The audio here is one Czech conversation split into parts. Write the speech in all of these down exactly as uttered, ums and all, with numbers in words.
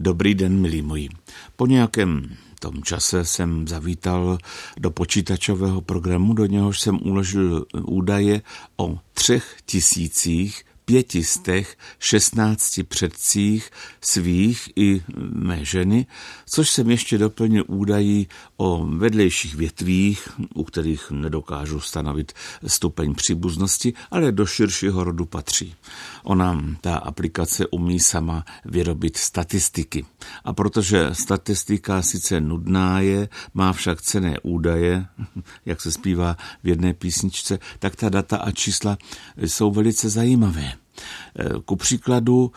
Dobrý den, milí moji. Po nějakém tom čase jsem zavítal do počítačového programu, do něhož jsem uložil údaje o třech tisících pětistech šestnácti předcích svých i mé ženy, což jsem ještě doplnil údají o vedlejších větvích, u kterých nedokážu stanovit stupeň příbuznosti, ale do širšího rodu patří. Ona, ta aplikace, umí sama vyrobit statistiky. A protože statistika sice nudná je, má však cenné údaje, jak se zpívá v jedné písničce, tak ta data a čísla jsou velice zajímavé. Ku příkladu,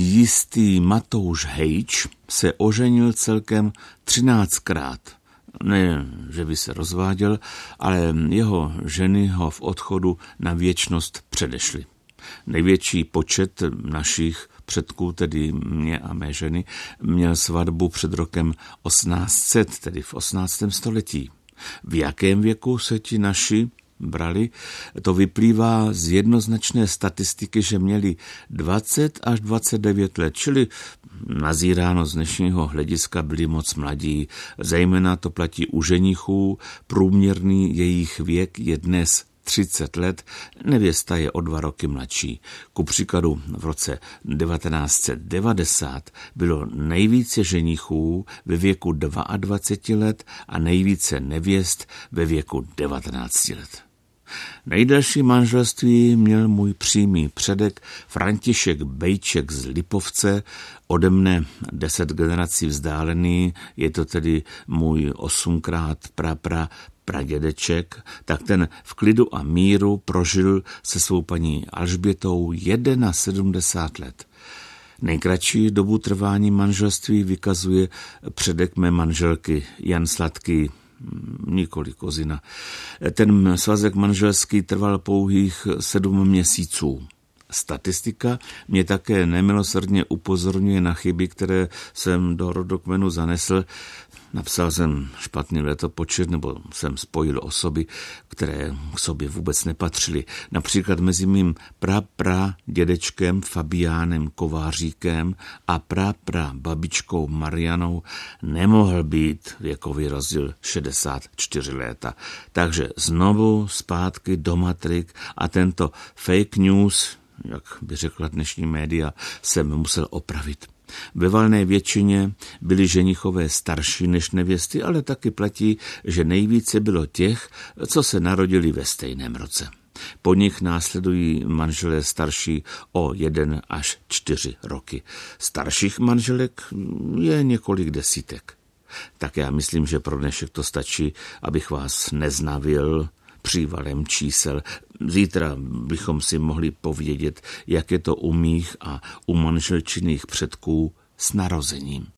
jistý Matouš Hejč se oženil celkem třináctkrát. Ne, že by se rozváděl, ale jeho ženy ho v odchodu na věčnost předešly. Největší počet našich předků, tedy mě a mé ženy, měl svatbu před rokem osmnáct set, tedy v osmnáctém století. V jakém věku se ti naši brali, to vyplývá z jednoznačné statistiky, že měli dvacet až dvacet devět let, čili nazíráno z dnešního hlediska byli moc mladí. Zejména to platí u ženichů, průměrný jejich věk je dnes třicet let, nevěsta je o dva roky mladší. Ku příkladu v roce devatenáct set devadesát bylo nejvíce ženichů ve věku dvacet dva let a nejvíce nevěst ve věku devatenáct let. Nejdelší manželství měl můj přímý předek František Bejček z Lipovce, ode mne deset generací vzdálený, je to tedy můj osmkrát prapra pradědeček, tak ten v klidu a míru prožil se svou paní Alžbětou sedmdesát jedna let. Nejkratší dobu trvání manželství vykazuje předek mé manželky Jan Sladký, nikoli Kozina. Ten svazek manželský trval pouhých sedm měsíců. Statistika mě také nemilosrdně upozorňuje na chyby, které jsem do rodokmenu zanesl. Napsal jsem špatný letopočet, nebo jsem spojil osoby, které k sobě vůbec nepatřily. Například mezi mým prapra dědečkem Fabiánem Kováříkem a prapra babičkou Marianou nemohl být věkový rozdíl šedesát čtyři léta. Takže znovu zpátky do matrik a tento fake news, jak by řekla dnešní média, jsem musel opravit. Ve valné většině byli ženichové starší než nevěsty, ale taky platí, že nejvíce bylo těch, co se narodili ve stejném roce. Po nich následují manželé starší o jeden až čtyři roky. Starších manželek je několik desítek. Tak já myslím, že pro dnešek to stačí, abych vás neznavil přívalem čísel. Zítra bychom si mohli povědět, jak je to u mých a u manželčiných předků s narozením.